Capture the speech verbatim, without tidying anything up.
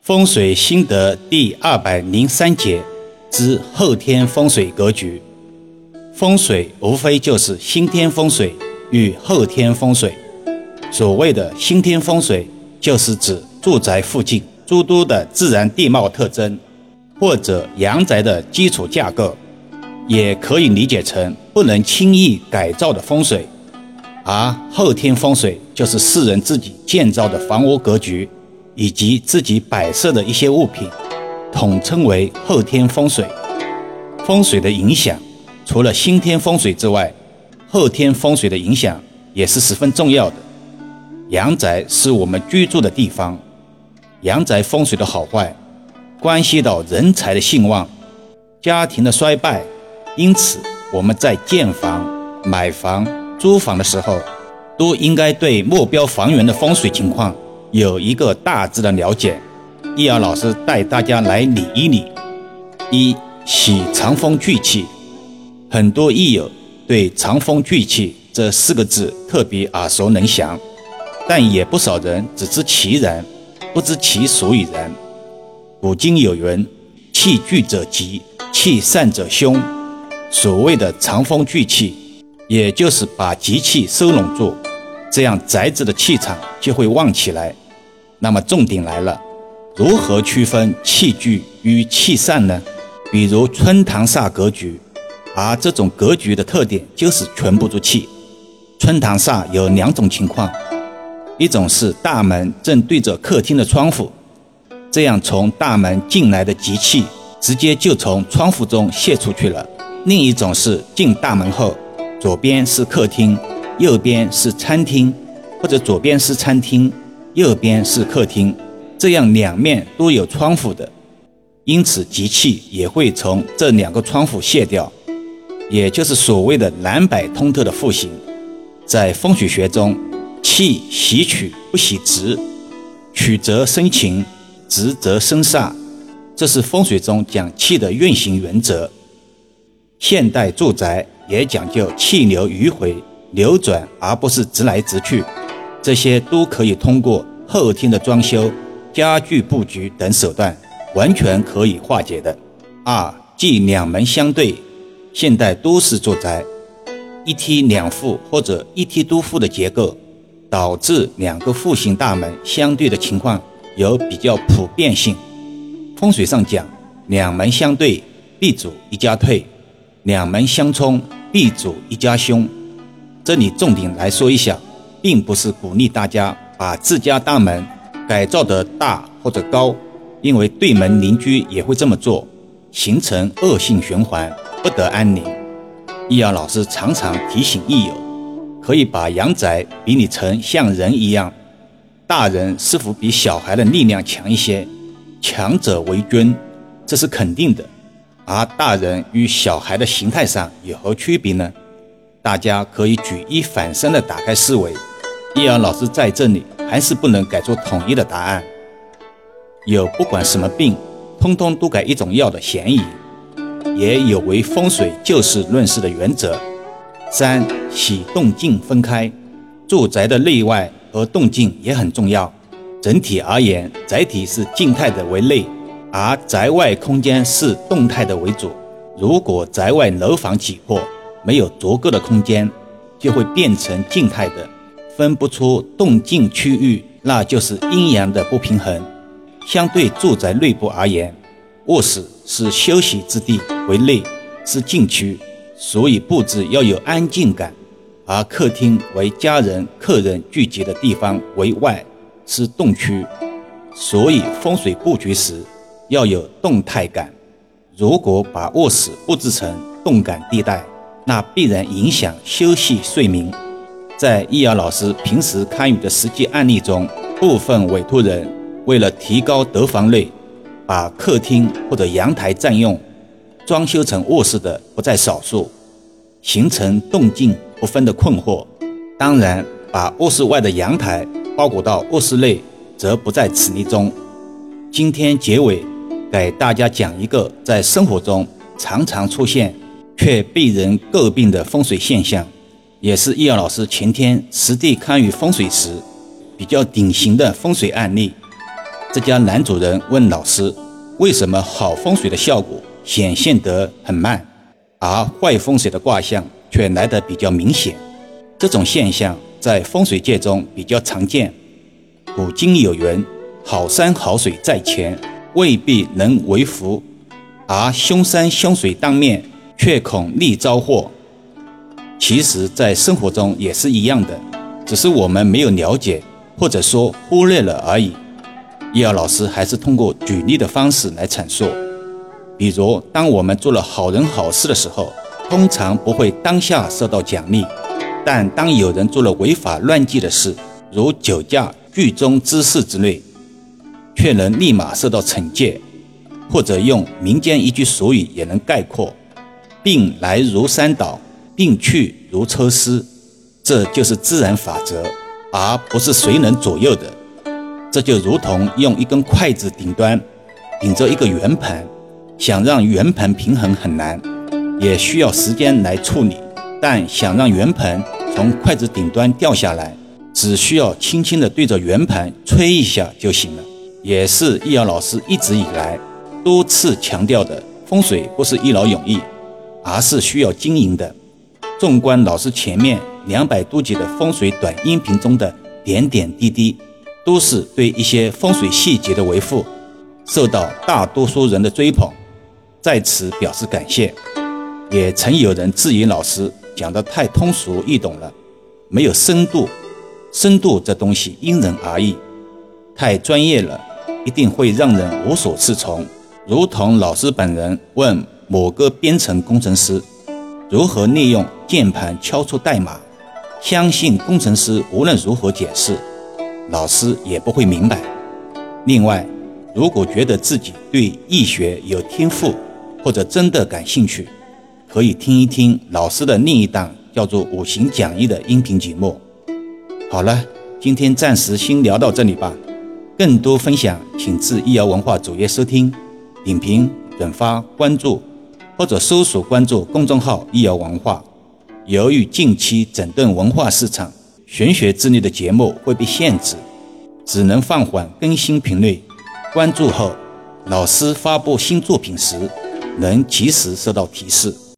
风水心得第二百零三节之后天风水格局。风水无非就是先天风水与后天风水。所谓的先天风水，就是指住宅附近诸多的自然地貌特征，或者阳宅的基础架构，也可以理解成不能轻易改造的风水。而后天风水就是世人自己建造的房屋格局以及自己摆设的一些物品，统称为后天风水。风水的影响除了先天风水之外，后天风水的影响也是十分重要的。阳宅是我们居住的地方，阳宅风水的好坏关系到人才的兴旺、家庭的衰败，因此我们在建房、买房、租房的时候，都应该对目标房源的风水情况有一个大致的了解。易遥老师带大家来理一理。一、喜藏风聚气。很多易友对藏风聚气这四个字特别耳熟能详，但也不少人只知其然，不知其所以然。古今有云，气聚者吉，气散者凶。所谓的藏风聚气，也就是把吉气收拢住，这样宅子的气场就会旺起来。那么重点来了，如何区分气聚与气散呢？比如春堂煞格局，而这种格局的特点就是存不住气。春堂煞有两种情况，一种是大门正对着客厅的窗户，这样从大门进来的吉气直接就从窗户中泄出去了。另一种是进大门后，左边是客厅，右边是餐厅，或者左边是餐厅，右边是客厅，这样两面都有窗户的，因此吉气也会从这两个窗户泄掉，也就是所谓的南北通透的户型。在风水学中，气喜曲不喜直，曲则生情，直则生煞，这是风水中讲气的运行原则。现代住宅也讲究气流迂回流转，而不是直来直去，这些都可以通过后天的装修、家具布局等手段完全可以化解的。二、即两门相对。现代都市住宅一梯两户或者一梯多户的结构，导致两个户型大门相对的情况有比较普遍性。风水上讲，两门相对必主一家退，两门相冲必主一家凶。这里重点来说一下，并不是鼓励大家把自家大门改造得大或者高，因为对门邻居也会这么做，形成恶性循环，不得安宁。易遥老师常常提醒易友，可以把阳宅比拟成像人一样，大人是否比小孩的力量强一些？强者为君，这是肯定的。而大人与小孩的形态上有何区别呢？大家可以举一反三的打开思维。易遥老师在这里还是不能给出统一的答案。有不管什么病通通都改一种药的嫌疑，也有违风水就事论事的原则。三、喜动静分开。住宅的内外和动静也很重要。整体而言，宅体是静态的为内，而宅外空间是动态的为主。如果宅外楼房挤迫，没有足够的空间，就会变成静态的，分不出动静区域，那就是阴阳的不平衡。相对住宅内部而言，卧室是休息之地为内，是静区，所以布置要有安静感；而客厅为家人、客人聚集的地方为外，是动区，所以风水布局时要有动态感。如果把卧室布置成动感地带，那必然影响休息睡眠。在易遥老师平时参与的实际案例中，部分委托人为了提高得房率，把客厅或者阳台占用，装修成卧室的不在少数，形成动静不分的困惑。当然，把卧室外的阳台包裹到卧室内，则不在此例中。今天结尾给大家讲一个在生活中常常出现却被人诟病的风水现象，也是易遥老师前天实地参与风水时比较典型的风水案例。 这家男主人问老师，为什么好风水的效果显现得很慢，而坏风水的卦象却来得比较明显？这种现象在风水界中比较常见。古今有云，好山好水在前，未必能为福，而凶山凶水当面，却恐力招祸。其实在生活中也是一样的，只是我们没有了解，或者说忽略了而已。易遥老师还是通过举例的方式来阐述。比如当我们做了好人好事的时候，通常不会当下受到奖励，但当有人做了违法乱纪的事，如酒驾、聚众滋事之类，却能立马受到惩戒。或者用民间一句俗语也能概括，病来如山倒，病去如抽丝，这就是自然法则，而不是谁能左右的。这就如同用一根筷子顶端顶着一个圆盘，想让圆盘平衡很难，也需要时间来处理，但想让圆盘从筷子顶端掉下来，只需要轻轻地对着圆盘吹一下就行了。也是易遥老师一直以来多次强调的，风水不是一劳永逸，而是需要经营的。纵观老师前面两百多集的风水短音频中的点点滴滴，都是对一些风水细节的维护，受到大多数人的追捧，在此表示感谢。也曾有人质疑老师讲得太通俗易懂了，没有深度。深度这东西因人而异，太专业了一定会让人无所适从。如同老师本人问某个编程工程师如何利用键盘敲出代码，相信工程师无论如何解释，老师也不会明白。另外，如果觉得自己对易学有天赋，或者真的感兴趣，可以听一听老师的另一档叫做五行讲义的音频节目。好了，今天暂时先聊到这里吧。更多分享请至易遥文化主页收听、点评、转发、关注，或者搜索关注公众号易遥文化。由于近期整顿文化市场，玄学之类的节目会被限制，只能放缓更新频率。关注后，老师发布新作品时能及时收到提示。